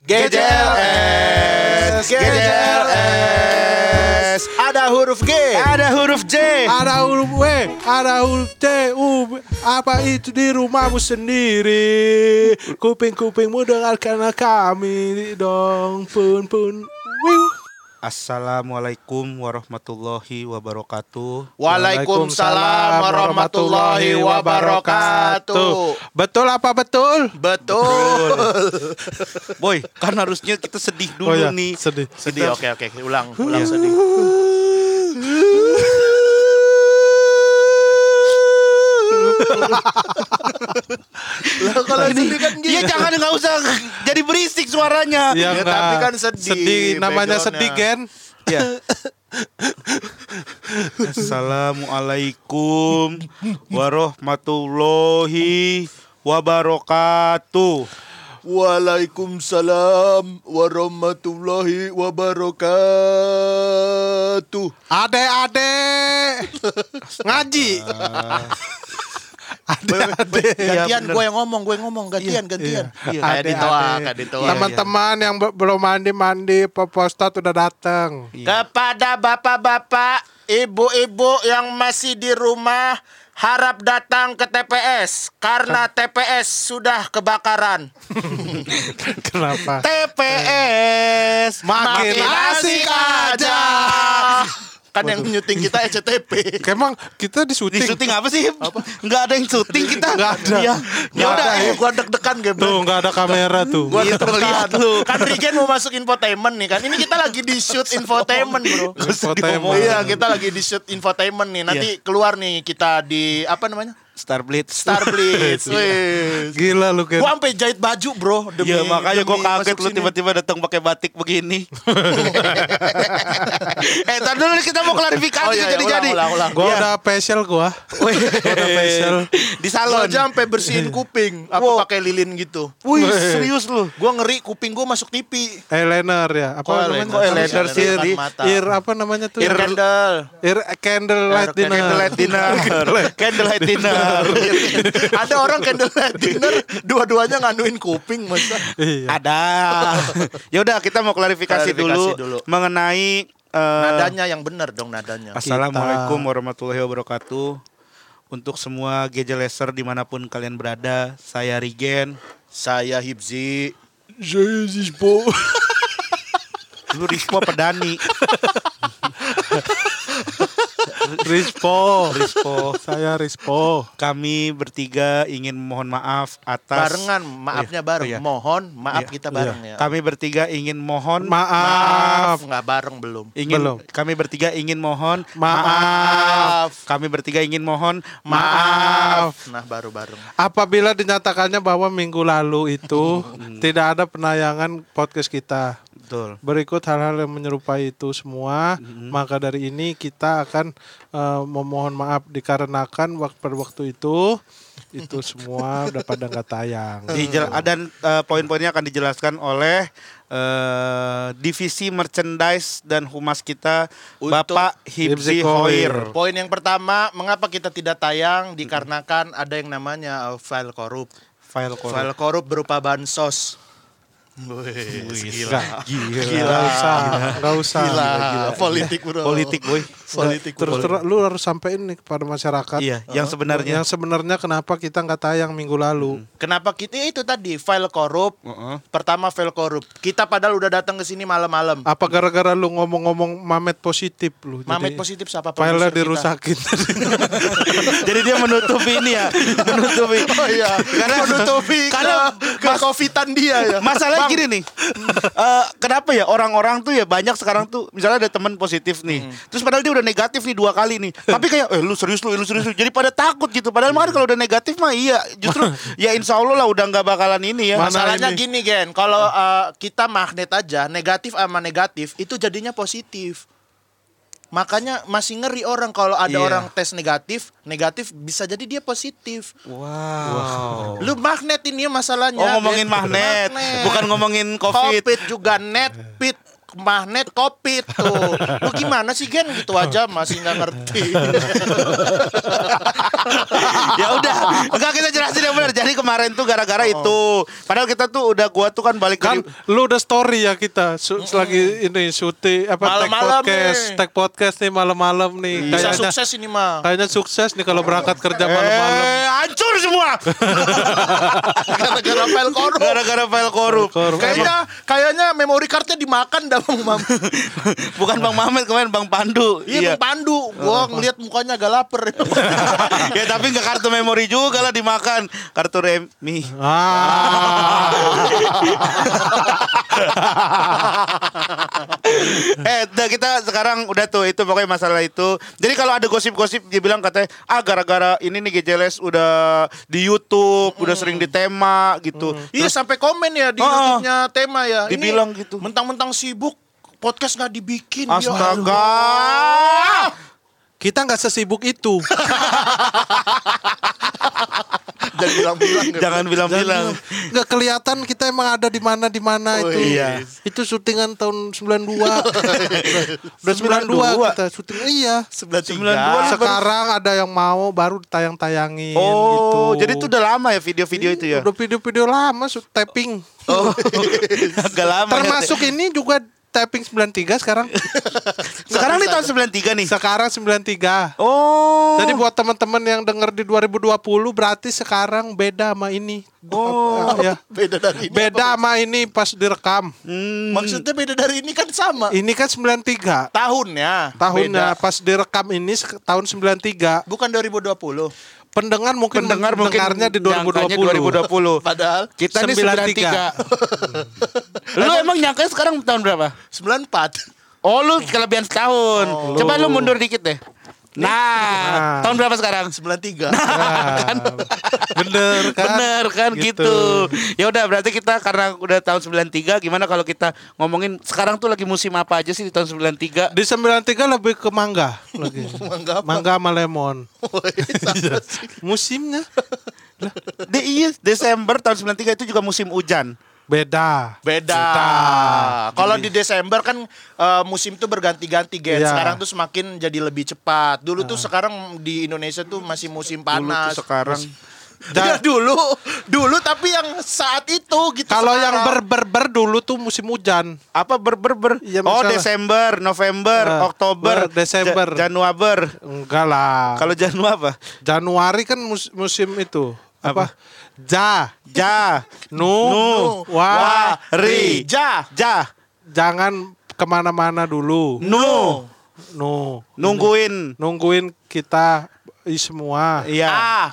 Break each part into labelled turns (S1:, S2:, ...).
S1: GJLS. Ada huruf G,
S2: Ada huruf J,
S3: Ada huruf W, ada huruf T, U. Apa itu di rumahmu sendiri? Kuping-kupingmu dengarkan kami dong. Pun. Wiu.
S2: Assalamualaikum warahmatullahi wabarakatuh.
S1: Waalaikumsalam warahmatullahi wabarakatuh.
S3: Betul apa betul?
S1: Betul.
S2: Boy, kan harusnya kita sedih dulu nih.
S3: Sedih.
S1: Sedih, oke. Ulang sedih. Lah kalau sedih kan gitu.
S2: Iya jangan nggak usah jadi berisik suaranya.
S3: Ya,
S1: Ya, tapi kan sedih
S3: namanya
S1: backgroundnya.
S3: sedih Gen.
S2: Ya. Assalamualaikum warahmatullahi wabarakatuh.
S1: Waalaikumsalam warahmatullahi wabarakatuh.
S3: Adek ngaji.
S1: Gantian gue yang ngomong gantian.
S2: Iya.
S1: Kayak ditoa.
S3: Teman-teman yang belum mandi, Postat udah datang.
S1: Kepada bapak-bapak, ibu-ibu yang masih di rumah, harap datang ke TPS karena TPS sudah kebakaran.
S3: Kenapa?
S1: TPS
S3: Makin asik aja.
S1: Kan yang nyuting kita SCTP.
S3: Emang kita di
S2: Di
S3: syuting.
S2: syuting apa sih? Enggak ada yang syuting kita.
S3: Nggak ada.
S1: Ya
S3: Nggak
S1: udah,
S3: ada.
S1: gua deg-degan
S3: Tuh
S1: Gebel.
S3: nggak ada kamera tuh.
S1: Gua
S2: Iya,
S1: deg-degan.
S2: lihat lu.
S1: Kan Rigen mau masuk infotainment nih kan. Ini kita lagi di shoot infotainment, Bro.
S3: Infotainment.
S1: Iya, kita lagi di shoot infotainment nih. Nanti keluar nih kita di apa namanya?
S2: Starblitz.
S1: Starblitz. Wih.
S3: Gila lu Gen.
S1: Gua sampai jahit baju, Bro.
S2: Iya makanya gue
S1: demi
S2: kaget
S1: masuk
S2: lu
S1: sini.
S2: tiba-tiba datang pakai batik begini. Tar dulu kita mau klarifikasi
S1: Oh, iya,
S2: jadi-jadi.
S1: ulang.
S3: Gua
S1: Iya.
S3: udah facial gua. Udah facial.
S2: Di
S1: Gua
S2: salon.
S1: aja sampai bersihin kuping, apa
S2: Wow.
S1: pakai lilin gitu.
S2: Wih, serius lu.
S1: Gua ngeri kuping gua masuk TV.
S3: Eyeliner ya. Apa
S1: Kok
S3: namanya?
S1: eyeliner?
S2: eyeliner sih,
S1: Eyeliner
S2: di
S1: mata.
S3: Ear apa namanya tuh?
S1: Ear candle.
S3: Ear candlelight dinner.
S2: Candlelight dinner. Candlelight dinner.
S1: Ada orang candlelight dinner dua-duanya nganuin kuping masa.
S3: Iya.
S2: Ada. Ya udah kita mau klarifikasi
S1: Klarifikasi
S2: dulu
S1: dulu.
S2: mengenai
S1: Nadanya yang benar dong nadanya.
S2: Assalamualaikum warahmatullahi wabarakatuh. Untuk semua GJLeser dimanapun kalian berada, saya Rigen.
S1: Saya Hibzi.
S3: Saya Zispo.
S2: Lu Rispo Pedani.
S3: Rispo.
S2: Rispo.
S3: Saya Rispo.
S2: Kami bertiga ingin mohon maaf atas
S1: Barengan, maafnya bareng.
S2: iya.
S1: Mohon maaf
S2: Iya.
S1: kita bareng ya.
S2: Kami bertiga ingin mohon
S3: Maaf.
S1: Nggak bareng belum.
S3: Belum.
S2: Kami bertiga ingin mohon
S3: Maaf.
S2: Kami bertiga ingin mohon
S3: Maaf.
S1: Nah baru bareng.
S3: Apabila dinyatakannya bahwa minggu lalu itu tidak ada penayangan podcast kita.
S2: Betul.
S3: Berikut hal-hal yang menyerupai itu semua, maka dari ini kita akan memohon maaf dikarenakan pada waktu itu semua udah pada nggak tayang.
S2: Dan poin-poinnya akan dijelaskan oleh divisi merchandise dan humas kita Bapak Hibzi
S3: Hibzi Khoir.
S2: Khoir.
S1: Poin yang pertama, mengapa kita tidak tayang dikarenakan ada yang namanya file korup.
S2: File korup.
S1: File korup berupa bansos. Gila.
S3: Nggak usah.
S1: Gila. Politik bro.
S2: Politik boy.
S1: Politik.
S3: Terus lu harus sampein nih kepada masyarakat.
S2: Iya, yang sebenarnya.
S3: Yang sebenarnya kenapa kita nggak tayang minggu lalu?
S1: Kenapa kita itu tadi file korup? Pertama file korup. Kita padahal udah datang ke sini malam-malam.
S3: Apa gara-gara lu ngomong-ngomong Mamet positif lu?
S1: Mamet
S3: Jadi
S1: positif siapa
S3: filenya
S1: produser kita?
S3: dirusakin.
S2: Jadi dia menutupi ini ya, menutupi.
S1: Oh iya.
S2: Karena-
S1: menutupi
S2: karena
S1: ke covidan dia ya.
S2: Masalahnya
S1: Bang,
S2: gini nih, kenapa ya orang-orang tuh ya banyak sekarang tuh, misalnya ada teman positif nih, terus padahal dia udah negatif nih 2 kali nih, tapi kayak lu serius lu, jadi pada takut gitu. Padahal mah kalau udah negatif mah iya, justru ya insya Allah lah udah nggak bakalan ini ya.
S3: Mana
S1: Masalahnya
S3: ini?
S1: gini Gen, kalau kita magnet aja negatif sama negatif itu jadinya positif. Makanya masih ngeri orang kalau ada
S2: Iya.
S1: orang tes negatif bisa jadi dia positif.
S2: Wow.
S1: Lu magnet ini masalahnya.
S2: Oh ngomongin
S1: Gen.
S2: magnet, bukan ngomongin COVID.
S1: Covid juga net pit magnet kopi tuh. Lu gimana sih Gen gitu aja masih nggak ngerti.
S2: Ya udah, enggak kita jelasin yang benar. Jadi kemarin tuh gara-gara itu. Padahal kita tuh gua tuh kan balik
S3: Kan lu udah story ya kita selagi ini syuting
S1: Malam-malam
S3: tag podcast nih malam-malam nih.
S1: Bisa sukses ini mah.
S3: Kayaknya sukses nih kalau berangkat kerja malam-malam.
S2: hancur semua.
S1: Gara-gara file korup.
S2: Gara-gara file korup.
S1: Kayaknya memory cardnya dimakan dah Bang Mam.
S2: Bukan Bang Mamet kemarin Bang Pandu.
S1: Iya Bang Pandu. Gua ngeliat mukanya agak lapar.
S2: Ya tapi enggak kartu memori juga lah dimakan. Kartu remi. Kita sekarang udah tuh itu pokoknya masalah itu. Jadi kalau ada gosip-gosip dia bilang katanya gara-gara ini nih GJLS udah di YouTube, udah sering di tema gitu.
S1: Iya sampai komen ya di YouTube-nya tema ya.
S2: Dibilang
S1: ini
S2: gitu.
S1: Mentang-mentang sibuk podcast nggak dibikin.
S2: Astaga.
S3: Kita nggak sesibuk itu.
S2: Jangan bilang-bilang.
S3: Nggak kelihatan kita emang ada di mana itu.
S2: Iya.
S3: Itu syutingan tahun 92. Udah 92 kita syuting. Iya.
S2: 92.
S3: Sekarang ada yang mau baru tayang-tayangin gitu.
S2: Jadi itu udah lama ya video-video itu ya?
S3: Udah video-video lama tapping.
S2: Agak lama.
S3: Termasuk ini juga tapping 93 sekarang.
S2: Sekarang nih tahun 93 nih.
S3: Sekarang 93.
S2: Oh.
S3: Jadi buat teman-teman yang denger di 2020 berarti sekarang beda sama ini. Ya.
S1: Beda dari ini.
S3: Beda sama ini pas direkam.
S1: Maksudnya beda dari ini kan sama.
S3: Ini kan 93.
S1: Tahunnya.
S3: Tahunnya pas direkam ini tahun 93.
S1: Bukan 2020.
S3: Pendengar mungkin mendengarnya di 2020.
S1: Padahal
S2: Kita nih 93. Lu emang nyangka sekarang tahun berapa?
S1: 94.
S2: Oh lu kelebihan setahun. Coba lu mundur dikit deh. Nah, tahun berapa sekarang?
S1: 93.
S2: Kan? Bener kan gitu. Ya udah berarti kita karena udah tahun 93 gimana kalau kita ngomongin sekarang tuh lagi musim apa aja sih di tahun 93?
S3: Di 93 lebih ke mangga lagi. Mangga sama lemon. Musimnya.
S2: Iya, Desember tahun 93 itu juga musim hujan.
S3: Beda.
S1: Kalau di Desember kan musim tuh berganti-ganti Gen.
S3: Iya.
S1: Sekarang tuh semakin jadi lebih cepat. Dulu tuh sekarang di Indonesia tuh masih musim panas.
S2: Dulu tuh sekarang.
S1: Ya, dulu tapi yang saat itu gitu.
S3: Kalau
S1: sekarang.
S3: yang ber dulu tuh musim hujan.
S2: Apa ber?
S3: Iya,
S2: Oh,
S3: misalnya.
S2: Desember, November, Oktober,
S3: Desember.
S2: Januari.
S3: Enggak lah.
S2: Kalau Januari apa?
S3: Januari kan musim itu. Apa?
S2: Nu,
S3: Wari.
S1: Ja.
S3: Jangan kemana-mana dulu. Nungguin kita semua.
S2: Iya.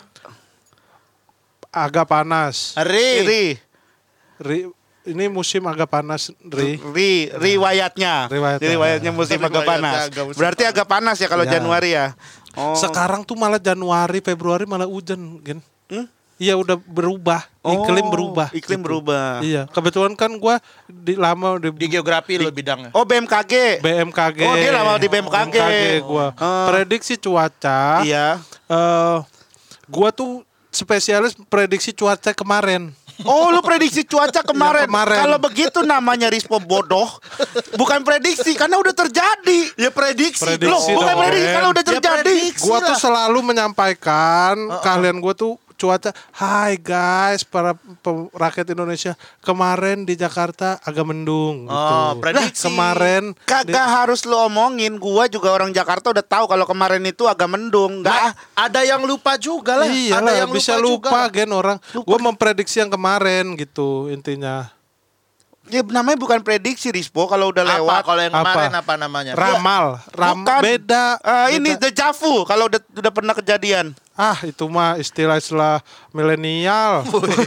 S3: Agak panas.
S1: Ri.
S3: Ini musim agak panas,
S2: Riwayatnya. Riwayatnya musim agak panas. Berarti agak panas ya kalau
S3: Ya.
S2: Januari ya. Oh.
S3: Sekarang tuh malah Januari, Februari malah hujan, Gen. Iya udah berubah, iklim berubah.
S2: Iklim berubah.
S3: Iya, kebetulan kan gua lama
S1: Di geografi lo bidangnya.
S2: Oh, BMKG.
S3: BMKG.
S2: Oh, dia lama di BMKG.
S3: Gua. Prediksi cuaca.
S2: Iya.
S3: Gua tuh spesialis prediksi cuaca kemarin.
S2: Oh, lu prediksi cuaca kemarin.
S3: Yang kemarin.
S2: Kalau begitu namanya Rispo bodoh. Bukan prediksi karena udah terjadi.
S1: Ya prediksi.
S2: Loh, bukan
S3: dong,
S2: prediksi
S3: Gen.
S2: kalau udah terjadi.
S3: Gua tuh selalu menyampaikan kalian gua tuh cuaca. Hai guys, para rakyat Indonesia, kemarin di Jakarta agak mendung gitu.
S1: Prediksi.
S3: Kemarin
S2: Kagak harus lu omongin. Gua juga orang Jakarta udah tahu kalau kemarin itu agak mendung. Enggak.
S1: Ada yang lupa juga lah.
S3: iya
S1: Ada
S3: lah,
S1: yang
S3: bisa
S1: juga.
S3: lupa Gen orang. Gua memprediksi yang kemarin gitu intinya.
S2: Ya namanya bukan prediksi Rispo kalau udah
S1: Apa?
S2: lewat.
S1: Kalau yang kemarin apa namanya?
S3: Ramal,
S2: Bukan.
S3: beda.
S2: Ini
S3: beda.
S2: deja vu kalau udah pernah kejadian.
S3: Itu mah istilah-istilah milenial.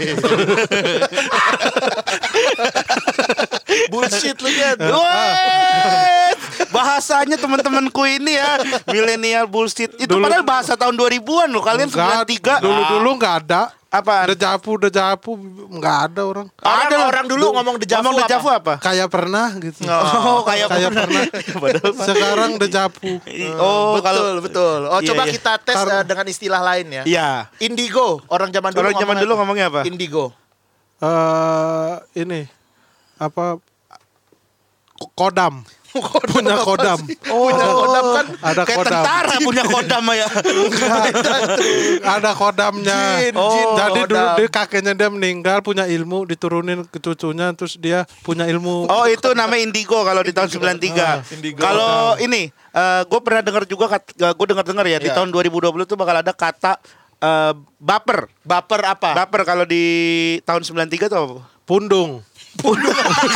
S1: Bullshit lu Gen.
S2: Weh, bahasanya teman-temanku ini ya milenial bullshit. Itu padahal bahasa tahun 2000-an loh. Kalian 93.
S3: Dulu nggak ada.
S2: Apaan?
S3: Dejavu nggak ada orang.
S1: Orang dulu ngomong deja vu
S2: deja vu apa?
S3: Kayak pernah gitu.
S2: Oh, kayak pernah.
S3: Sekarang dejavu.
S2: Oh,
S1: betul. Oh,
S2: Iya,
S1: coba
S2: iya.
S1: kita tes dengan istilah lain ya.
S2: Iya.
S1: Indigo. Orang zaman dulu
S2: ngomongnya apa?
S1: Indigo.
S3: Ini apa kodam. Punya kodam.
S1: Punya kodam kan
S3: Ada
S2: Kayak
S3: kodam.
S2: tentara punya kodam ya.
S3: Ada kodamnya.
S1: Jin, jin
S3: Jadi dulu
S1: kodam.
S3: dia kakeknya dia meninggal punya ilmu diturunin ke cucunya terus dia punya ilmu.
S2: Oh itu namanya indigo kalau di tahun 93.
S1: Indigo.
S2: Kalau ini gue pernah dengar juga gue dengar ya di
S1: Iya.
S2: tahun 2020 tuh bakal ada kata baper.
S1: Baper apa?
S2: Baper kalau di tahun 93 tuh apa?
S3: Pundung. Pundung.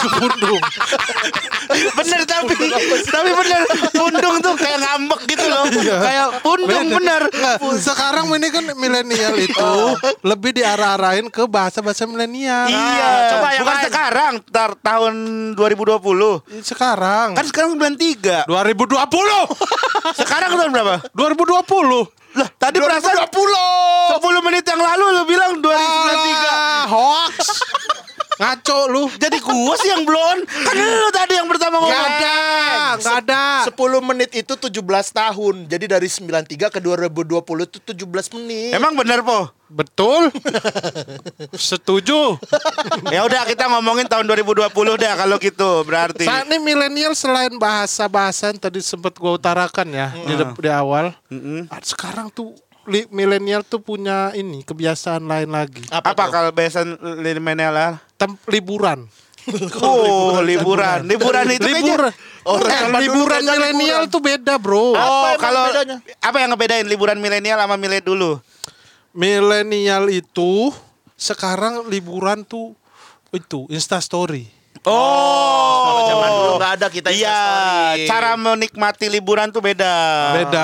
S2: Bener tapi bener pundung tuh kayak ngambek gitu loh. Kayak pundung bener.
S3: Nggak, sekarang ini kan milenial itu lebih diarah-arahin ke bahasa-bahasa milenial.
S2: Iya,
S1: coba yang
S2: bukan
S1: lain.
S2: sekarang, tahun 2020.
S3: Sekarang
S2: Kan sekarang 93.
S3: 2020.
S2: Sekarang tahun berapa?
S3: 2020.
S2: Lah, tadi perasaan 10 menit yang lalu lu bilang 2093.
S3: Ah, hoax. Ngaco lu.
S2: Jadi gua sih yang blon. Kan lu tadi yang pertama
S3: Gak
S2: ngomong.
S3: ada. Gak ada.
S1: 10 menit itu 17 tahun. Jadi dari 93 ke 2020 itu 17 menit.
S2: Emang bener po?
S3: Betul. Setuju.
S2: Ya udah kita ngomongin tahun 2020 dah kalau gitu berarti.
S3: Saat ini milenial selain bahasa-bahasa yang tadi sempat gue utarakan ya di awal. Sekarang tuh milenial tuh punya ini kebiasaan lain lagi.
S2: Apa
S1: tuh?
S2: kalau besan milenial?
S3: Liburan.
S2: Oh, liburan. Liburan itu
S3: Liburan. Liburan milenial tuh beda, bro.
S2: Oh,
S1: emang
S2: kalau
S1: bedanya?
S2: apa yang ngebedain liburan milenial sama milenial dulu?
S3: Milenial itu sekarang liburan tuh itu Instastory.
S1: Kalau zaman dulu
S2: Oh.
S1: nggak ada kita
S2: Iya,
S1: Instastory.
S2: cara menikmati liburan tuh beda.
S3: Beda.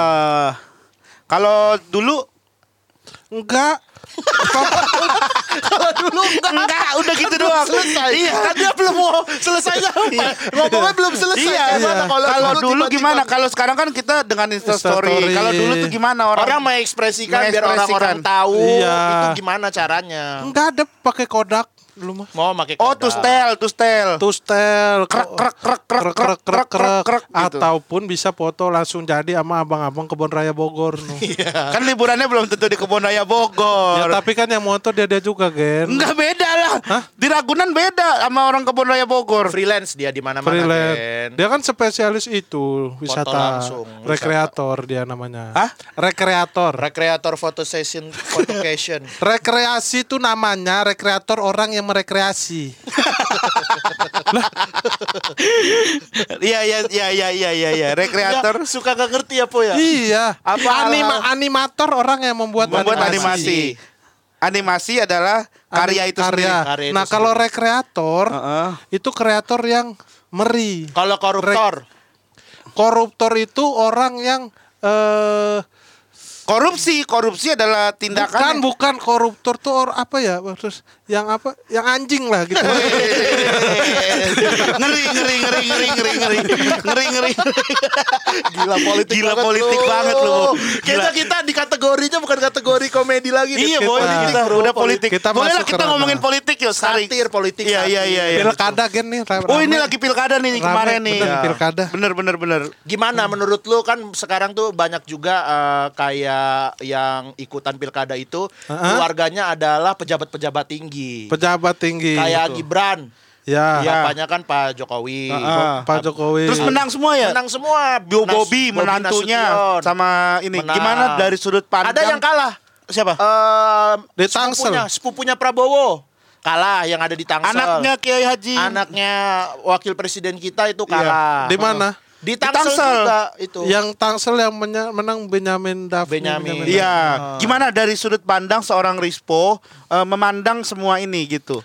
S2: Kalau dulu
S3: Enggak.
S1: Kalau dulu
S2: enggak, udah gitu doang.
S1: selesai.
S2: Iya.
S1: Kan dia belum mau selesai ngomongnya belum selesai.
S2: Iya.
S1: Gimana
S2: Kalau dulu
S1: tiba-tiba-
S2: gimana? Kalau sekarang kan kita dengan Instastory.
S3: Instastory.
S2: Kalau dulu tuh gimana orang?
S1: Orang mengekspresikan biar
S2: Mengekspresikan.
S1: orang-orang tahu
S3: Iya.
S1: itu gimana caranya.
S3: Enggak ada pakai Kodak dulu mah.
S1: Mau pakai
S2: Oh,
S1: Kodak.
S2: to style.
S3: Tustel
S2: Krek, krek, krek, krek, krek, krek, krek, krek, gitu.
S3: Ataupun bisa foto langsung jadi sama abang-abang Kebon Raya Bogor. No.
S2: Kan liburannya belum tentu di Kebun Raya
S3: Ya,
S2: Bogor.
S3: tapi kan yang motor dia juga, Gen.
S2: Enggak beda lah.
S3: Hah?
S2: Di Ragunan beda sama orang Kebun Raya Bogor.
S1: Freelance dia di mana-mana.
S3: Freelance.
S1: Ken.
S3: Dia kan spesialis itu wisata
S1: langsung,
S3: rekreator dia namanya.
S2: Hah?
S3: Rekreator.
S1: Rekreator foto session, photocation.
S3: Rekreasi itu namanya rekreator orang yang merekreasi.
S2: Iya. Rekreator
S1: Suka gak ngerti apa ya?
S3: Iya.
S2: Apa
S3: Animator orang yang membuat
S2: animasi. Animasi adalah karya itu
S3: karya.
S2: sendiri.
S1: Karya
S3: Nah,
S1: itu
S3: kalau rekreator
S2: Heeh.
S3: itu kreator yang meri.
S1: Kalau koruptor,
S3: Koruptor itu orang yang
S2: Korupsi adalah tindakan
S3: bukan koruptor tuh apa ya? Terus yang apa? Yang anjing lah gitu.
S2: ngeri.
S1: gila politik
S2: Gila
S1: banget
S2: politik
S1: lu.
S2: banget lu. Gila.
S1: Kita di kategorinya bukan kategori komedi lagi.
S2: Iya,
S1: Kita
S2: boy,
S1: politik,
S2: kita
S1: bro.
S2: udah politik.
S3: Kita
S2: Boleh lah
S3: masuk
S2: kita
S3: ke
S2: ngomongin
S3: ranah.
S2: politik yuk sekarang.
S1: Satir politik.
S2: Iya.
S3: Pilkada Gen nih.
S2: Oh, ini lagi pilkada nih kemarin nih.
S3: Bener, pilkada.
S2: Bener.
S1: Gimana menurut lu kan sekarang tuh banyak juga kayak yang ikutan pilkada itu keluarganya adalah pejabat-pejabat tinggi.
S3: Pejabat tinggi.
S1: Kayak
S3: gitu.
S1: Gibran.
S3: Ya.
S1: Bapaknya kan Pak Jokowi.
S3: Pak Jokowi.
S2: Terus menang semua ya?
S1: Menang semua.
S2: Bobi menantunya
S1: Nasution.
S2: sama ini.
S1: Menang.
S2: Gimana dari sudut pandang?
S1: Ada yang kalah.
S2: Siapa?
S3: Di Tangsel.
S1: Sepupunya Prabowo. Kalah yang ada di Tangsel.
S2: Anaknya Kiai Haji.
S1: Anaknya wakil presiden kita itu kalah.
S3: Di mana?
S1: Di Tangsel,
S2: Tangsel.
S1: juga itu.
S3: Yang Tangsel yang menang Benyamin Daphne.
S1: Benyamin.
S2: Iya. Gimana dari sudut pandang seorang Rispo memandang semua ini gitu?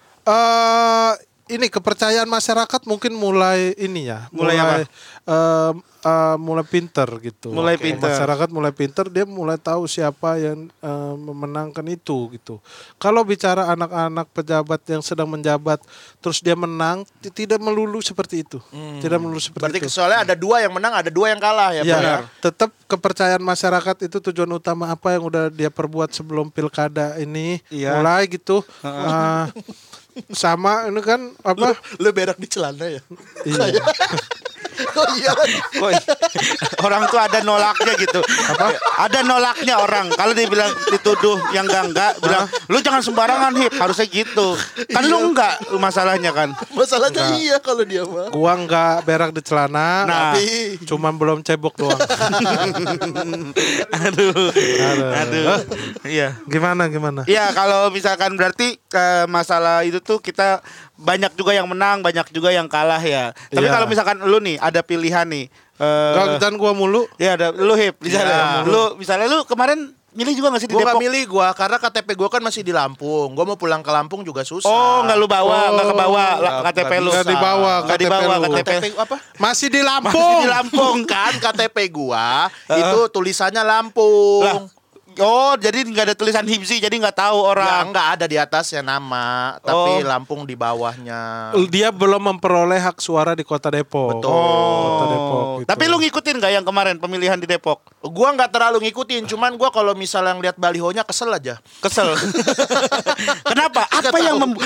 S3: Ini kepercayaan masyarakat mungkin mulai ini ya.
S2: Mulai apa?
S3: Mulai pinter gitu.
S2: Mulai pinter.
S3: Masyarakat mulai pinter, dia mulai tahu siapa yang memenangkan itu gitu. Kalau bicara anak-anak pejabat yang sedang menjabat terus dia menang, tidak melulu seperti itu. Tidak melulu seperti
S1: Berarti
S3: itu.
S1: soalnya ada dua yang menang, ada dua yang kalah ya,
S3: Ya,
S1: benar.
S3: tetap kepercayaan masyarakat itu tujuan utama apa yang udah dia perbuat sebelum pilkada ini
S2: Iya.
S3: mulai gitu. Sama ini kan apa?
S1: Lu berak di celana ya.
S3: Iya.
S1: Oh iya.
S2: Woi, orang tuh ada nolaknya gitu. Ada nolaknya orang. Kalau dibilang dituduh yang enggak bilang lu jangan sembarangan Hip, harusnya gitu. Kan lu enggak masalahnya kan.
S1: Masalahnya iya kalau dia mah.
S3: Gua nggak berak di celana,
S2: Nah.
S3: tapi cuman belum cebok doang.
S2: Aduh. Iya.
S3: Gimana?
S2: Iya, kalau misalkan berarti masalah itu tuh kita banyak juga yang menang, banyak juga yang kalah ya. Tapi
S3: Iya.
S2: kalau misalkan lu nih ada pilihan nih.
S3: Gak gua mulu.
S2: Ya ada lu Hip, misalnya.
S1: Iya.
S2: Lu misalnya lu kemarin milih juga gak sih di
S1: Gue gak
S2: Depok?
S1: milih karena KTP gue kan masih di Lampung. Gue mau pulang ke Lampung juga susah.
S2: Oh, nggak lu bawa, nggak kebawa KTP lu.
S3: Nggak dibawa
S2: Nggak dibawa
S3: KTP lu.
S2: KTP.
S1: KTP apa?
S3: Masih di
S2: Masih
S3: Lampung.
S2: di Lampung.
S1: Kan KTP gua itu tulisannya Lampung.
S2: Lah, oh, jadi nggak ada tulisan Hipsi, jadi nggak tahu
S1: Ya,
S2: orang.
S1: enggak ada di atasnya nama, tapi
S2: Oh.
S1: Lampung di bawahnya.
S3: Dia belum memperoleh hak suara di Kota Depok.
S1: Betul.
S3: Kota Depok. Gitu.
S2: Tapi lu ngikutin nggak yang kemarin pemilihan di Depok?
S1: Gua nggak terlalu ngikutin, cuman gua kalau misalnya ngeliat balihonya kesel aja.
S2: Kesel. Kenapa? Apa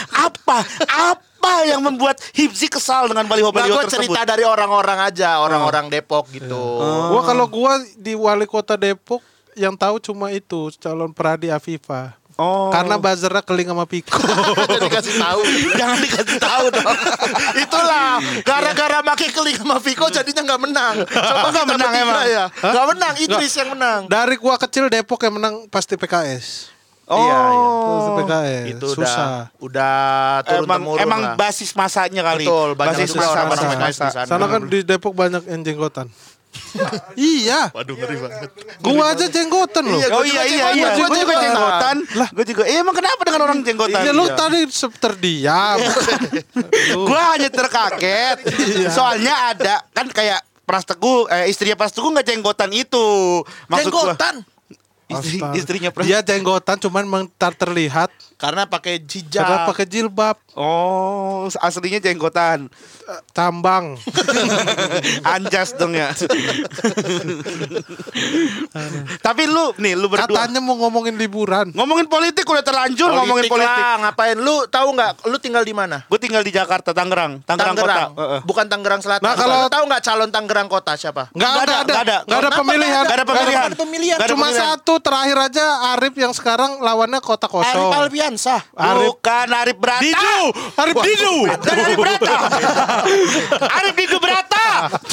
S2: yang membuat Hipsi kesal dengan
S1: Nah,
S2: baliho-baliho
S1: gua
S2: tersebut?
S1: cerita dari orang-orang aja, orang-orang Depok gitu.
S3: Gua di wali kota Depok yang tahu cuma itu calon Pradi Afifa.
S2: Oh.
S3: Karena buzzernya keling sama Piko.
S1: Jadi dikasih tahu.
S2: Jangan dikasih tahu dong.
S1: Itulah gara-gara makin keling sama Viko jadinya nggak menang. Coba
S2: Nggak
S1: kita
S2: menang
S1: bertiga
S2: emang?
S1: ya. Nggak menang, Idris yang menang.
S3: Dari gua kecil Depok yang menang pasti PKS.
S2: Oh.
S1: Iya.
S3: Terus PKS.
S1: Itu
S3: susah.
S1: udah turun temurun
S2: Emang
S1: lah.
S2: basis masanya kali.
S1: Betul, banyak
S2: basis
S1: juga
S2: masa
S1: orang-orang
S2: basis
S1: PKS
S2: masa.
S1: di sana.
S3: Sana kan di Depok banyak yang jenggotan. Iya.
S1: Waduh ngeri banget.
S3: Gua aja jenggotan loh.
S1: Iya,
S2: Oh
S1: Gua
S2: iya
S1: juga
S2: iya iya.
S1: jenggotan.
S2: Gue juga jenggotan.
S3: Lah.
S2: Gue juga. Emang kenapa dengan orang jenggotan?
S3: Ya lu tadi terdiam.
S2: Gue hanya terkaget. Soalnya ada kan kayak Pras Teguh, istrinya Pras Teguh nggak jenggotan itu. Maksud gua.
S1: Jenggotan.
S2: Istrinya Pras.
S3: Dia jenggotan cuman terlihat
S1: Karena pakai
S3: karena
S1: hijab.
S3: pakai jilbab,
S2: Oh, aslinya jenggotan.
S3: tambang.
S2: Anjas dong ya. Tapi lu berdua
S3: Katanya mau ngomongin liburan.
S2: ngomongin politik udah terlanjur ngomongin politik.
S1: lah, ngapain? Lu tahu nggak? Lu tinggal di mana?
S2: Gue tinggal di Jakarta, Tangerang Kota.
S1: Bukan Tangerang Selatan.
S3: Nah, kalau-
S1: Lu tahu nggak calon Tangerang Kota siapa?
S3: Nggak ada
S1: Kenapa
S3: pemilihan.
S2: Nggak ada pemilihan.
S1: Nggak ada pemilihan.
S2: Nggak ada
S3: Cuma
S2: pemilihan.
S3: satu terakhir aja Arif yang sekarang lawannya Kota
S1: Arif
S3: Kosong.
S1: Alfiansah.
S2: Bukan Arif Brata.
S3: Arif Didu.
S2: Dan Arif Brata. Arif Didu Brata.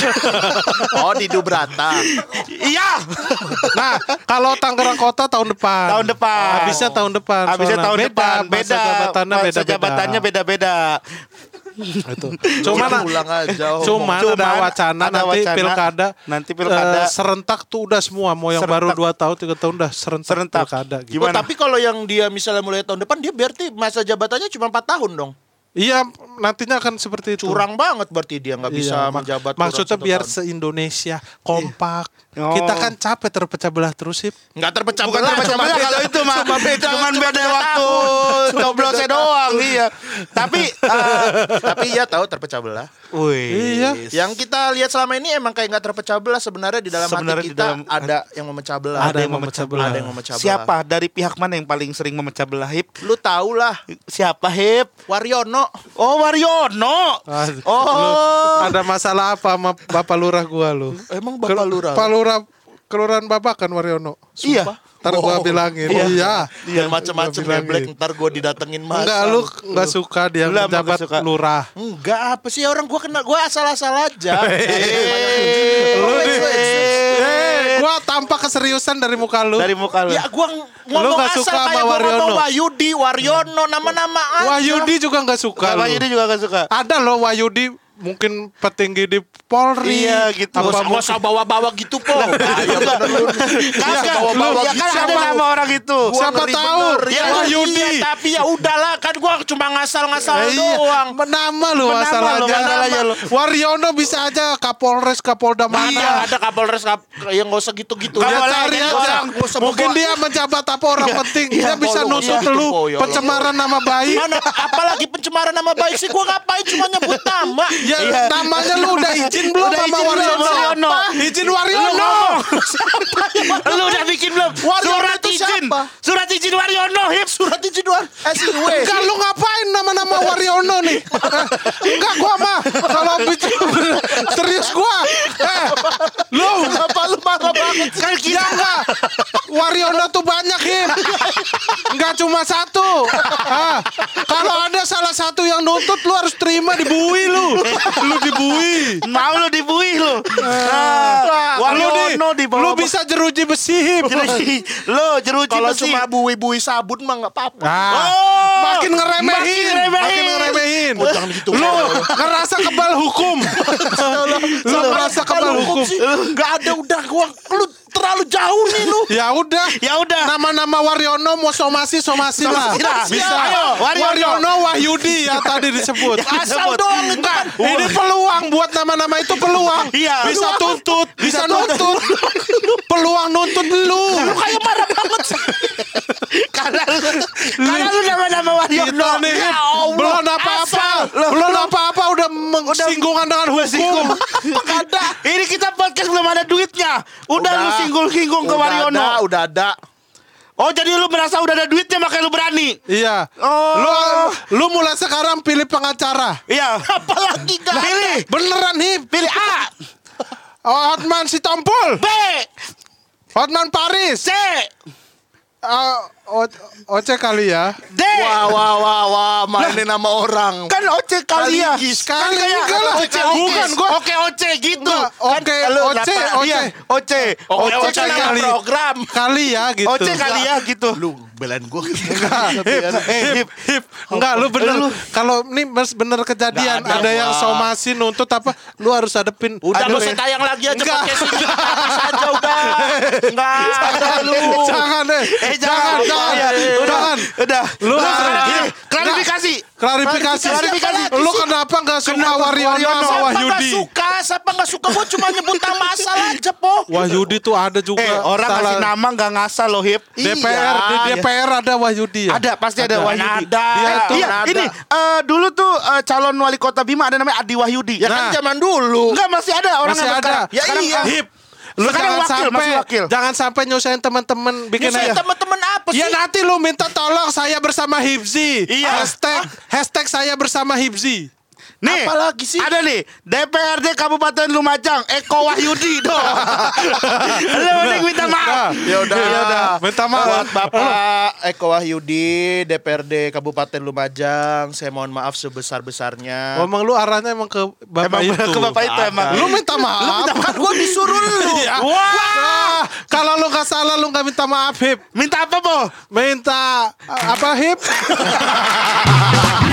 S1: Oh, di Dubrata.
S2: Iya.
S3: Nah, kalau Tangerang Kota tahun depan.
S2: Tahun depan.
S3: Habisnya tahun depan.
S2: Habisnya
S3: soalnya.
S2: tahun depan.
S3: Masa jabatannya
S2: Masa jabatannya beda-beda.
S3: Itu. Cuman
S1: ulang aja.
S3: Cuman ada wacana
S2: ada
S3: nanti
S2: wacana.
S3: pilkada.
S2: Nanti pilkada.
S3: Serentak tuh udah semua. Mau yang
S2: Serentak.
S3: baru 2 tahun 3 tahun udah serentak pilkada. Gitu.
S2: Gimana?
S1: Tapi kalau yang dia misalnya mulai tahun depan, dia berarti masa jabatannya cuma 4 tahun dong.
S3: Iya, nantinya akan seperti itu.
S1: Curang banget berarti dia nggak bisa
S3: Iya,
S1: menjabat. kurang
S3: maksudnya
S1: 1
S3: biar
S1: tahun.
S3: se-Indonesia kompak.
S2: Oh.
S3: Kita kan capek terpecah belah terus sih.
S1: Nggak terpecah
S2: Bukan
S1: belah,
S2: terpecah
S1: cuma
S2: belah
S1: beda-
S2: kalau itu mah.
S1: cuma
S2: Cuman beda
S1: beda
S2: waktu
S1: tahun.
S2: coblosnya doang. Iya. Tapi
S1: Tapi iya tahu terpecah belah.
S2: wih.
S3: Iya.
S1: Yang kita lihat selama ini emang kayak nggak terpecah belah, sebenarnya di dalam
S2: Sebenarnya
S1: hati
S2: di
S1: kita
S2: dalam-
S1: ada yang memecah belah.
S3: Ada yang memecah belah.
S1: Ada yang memecah belah.
S2: Siapa dari pihak mana yang paling sering memecah belah Hip?
S1: Lu tahu lah,
S2: Siapa Hip?
S1: Waryono.
S2: Oh Waryono. Oh.
S3: Ada masalah apa sama Bapak Lurah gua lu?
S1: Emang Bapak Lurah?
S3: Pak Lurah Kelurahan Babakan Waryono.
S2: Iya.
S3: Ntar gua bilangin. Iya.
S1: Dia macam-macam
S3: Gua
S1: geblek,
S3: bilangin.
S1: ntar gue didatengin mas.
S3: Enggak, lu enggak suka dia
S2: Lu emang
S3: menjabat
S2: nggak suka?
S3: lurah.
S1: Enggak, apa sih orang gue kena, gue asal-asal aja.
S3: Lu gua tampak keseriusan dari muka lu.
S2: Dari muka lu.
S1: Ya gue
S3: Lu
S1: ngomong
S3: nggak
S1: asal
S3: suka
S1: kayak
S3: sama
S1: gue ngomong
S3: Waryono?
S1: Wahyudi, Waryono, nama-nama aja.
S3: Wahyudi juga enggak suka.
S2: Kalau
S3: lu.
S2: ini juga gak suka.
S3: Ada loh Wahyudi mungkin petinggi di Polri.
S2: Iya, gitu.
S3: Apa
S1: Nggak usah bawa-bawa gitu po.
S2: Kagak.
S1: bawa-bawa
S2: Ya
S1: gitu.
S2: kan ada
S3: Siapa-
S2: nama orang itu.
S1: Gua
S3: Siapa
S1: ngeri
S3: tahu?
S1: bener.
S3: Ya,
S1: Ya,
S3: Wahyudi.
S1: iya, tapi ya udahlah kan gue cuma ngasal-ngasal
S3: Iya,
S1: doang.
S3: Nama lu
S2: Menama
S3: masalahnya.
S2: lu, masalahnya lu.
S3: Waryono bisa aja Kapolres, Kapolda mana.
S1: Iya, ada Kapolres yang nggak usah gitu-gitu.
S3: Ya
S2: Kapolres
S3: cari
S2: aja
S3: aja.
S2: orang.
S3: Mungkin dia menjabat apa orang penting. Dia bisa
S1: Iya,
S3: nuntut
S1: iya.
S3: lu
S1: Oh, ya Allah.
S3: pencemaran nama baik.
S1: Mana apalagi pencemaran nama baik sih, gue ngapain cuma nyebut nama.
S3: Ya
S2: Iya.
S3: namanya lu udah izin belum
S2: Udah
S3: sama
S2: izin belum,
S3: Waryono?
S2: Waryono?
S3: Izin
S2: Lu
S3: Waryono.
S2: ngomong. Lu udah bikin belum?
S1: Waryono
S2: Surat
S1: itu
S2: izin.
S1: siapa?
S2: Surat izin Waryono Hip.
S1: Surat izin SIW.
S3: Enggak, lu ngapain nama-nama Waryono nih? Enggak, gua mah kalau bicara Serius gua. Lu
S1: Kenapa lu marah banget?
S3: kan kita enggak. Wariono tuh banyak, Hip. Enggak cuma satu. Kalau ada salah satu yang nuntut lu harus terima, dibui lu. Lu dibui.
S2: Mau lu dibui lu.
S3: Lu
S2: Wariono di
S3: lu bisa jeruji besi, Hip.
S2: jeruji
S1: Kalau
S2: besi.
S1: cuma bui-bui sabun mah nggak apa-apa.
S3: Makin ngeremehin. Makin ngeremehin.
S1: Oh, jangan gitu.
S3: Lu ngerasa kebal hukum. Lu ngerasa kebal hukum.
S1: Nggak ada, udah gua lu terlalu jauh nih lu.
S3: Ya udah.
S2: Ya udah.
S3: Nama-nama Wariono mau somasi lah. Bisa.
S2: Ayo,
S3: Wariono Wahyudi ya tadi disebut.
S1: Asal doang itu kan.
S3: Ini peluang buat nama-nama itu peluang.
S2: Iya.
S3: Bisa tuntut, bisa nuntut. Peluang nuntut lu.
S1: Lu kayak marah banget sih.
S2: Karena lu nama-nama Wariono.
S3: Kita nih
S1: Ya Allah.
S3: belum apa-apa. Belum apa-apa udah singgungan dengan hukum.
S2: Ada. Ini kita podcast belum ada duitnya. Udah lu singgung-singgung ke
S1: Udah
S2: Wariono.
S1: ada, udah ada.
S2: Oh, jadi lu merasa udah ada duitnya makanya lu berani.
S3: Iya.
S2: Oh.
S3: Lu mulai sekarang pilih pengacara.
S2: Iya.
S1: Apalagi gak
S2: Pilih.
S3: Beneran Hip.
S2: Pilih A,
S3: Hotman Sitompul.
S2: B,
S3: Hotman Paris.
S2: C,
S3: Oce kali ya.
S2: D.
S1: Wah, mainin nama orang.
S2: Kan Oce kali ya.
S1: Kaligis,
S2: Kan kayak
S3: enggak lah.
S2: Oce.
S3: Bukan, gua-
S2: Oke Oce gitu.
S3: Enggak, oke,
S2: lu
S3: Oce,
S2: kenapa?
S3: Oce.
S2: Iya, Oce.
S1: Oke,
S2: Oce
S1: Oce
S2: kali ya.
S1: nama program.
S3: Kali ya gitu.
S2: Oce kali ya gitu.
S1: Lu belain gua.
S3: Hip. Enggak, lu bener. Kalau ini bener kejadian
S1: Nggak ada,
S3: ada yang
S1: Pak.
S3: somasi nuntut apa, lu harus hadepin.
S1: Udah
S3: Aduh,
S1: lu usah tayang lagi aja
S3: Enggak.
S1: podcast ini. Habis aja udah. Enggak ada lu.
S3: Jangan deh. Jangan.
S2: Udah.
S3: Lu
S2: Sekarang klarifikasi.
S3: Klarifikasi. Lu kenapa enggak suka
S2: Kenapa
S3: Wariono
S2: Wariono?
S3: sama
S1: Siapa nggak
S3: Wahyudi?
S1: suka? Siapa nggak suka? Gua cuma nyebut nama asal aja, Po.
S3: Wahyudi tuh ada juga.
S2: Orang
S3: salah.
S2: kasih nama nggak ngasal loh, Hip.
S3: DPR, di DPR ada Wahyudi ya?
S2: Ada, pasti ada Wahyudi.
S1: Ada.
S3: Dia tuh
S2: Iya,
S1: ada.
S2: ini dulu tuh calon wali kota Bima ada namanya Adi Wahyudi.
S1: Ya kan
S3: Nah.
S1: zaman dulu.
S2: Enggak, masih ada orang
S3: Masih
S2: yang
S3: ada.
S2: sekarang.
S1: Ya
S2: Sekarang,
S1: iya.
S3: Hip. Lu
S2: Sekarang masih wakil.
S3: jangan sampai nyusahin teman-teman bikin
S1: Saya
S3: aja.
S1: teman-teman apa sih?
S3: Ya nanti lu minta tolong saya bersama Hibzi.
S2: Iya.
S3: Hashtag saya bersama Hibzi.
S2: Nih,
S1: Apalagi sih?
S2: ada nih DPRD Kabupaten Lumajang Eko Wahyudi dong. Lu mending minta maaf.
S1: Ya udah.
S3: Minta maaf.
S1: Buat Bapak Eko Wahyudi, DPRD Kabupaten Lumajang, saya mohon maaf sebesar-besarnya.
S3: Emang lu arahnya emang ke bapak
S2: Emang
S3: itu.
S2: ke bapak itu emang.
S3: Lu minta maaf.
S1: Kan gua disuruh lu.
S3: Ya.
S2: Wah,
S3: Kalau lu gak salah lu gak minta maaf Hip.
S2: minta apa, Po?
S3: Minta apa Hip?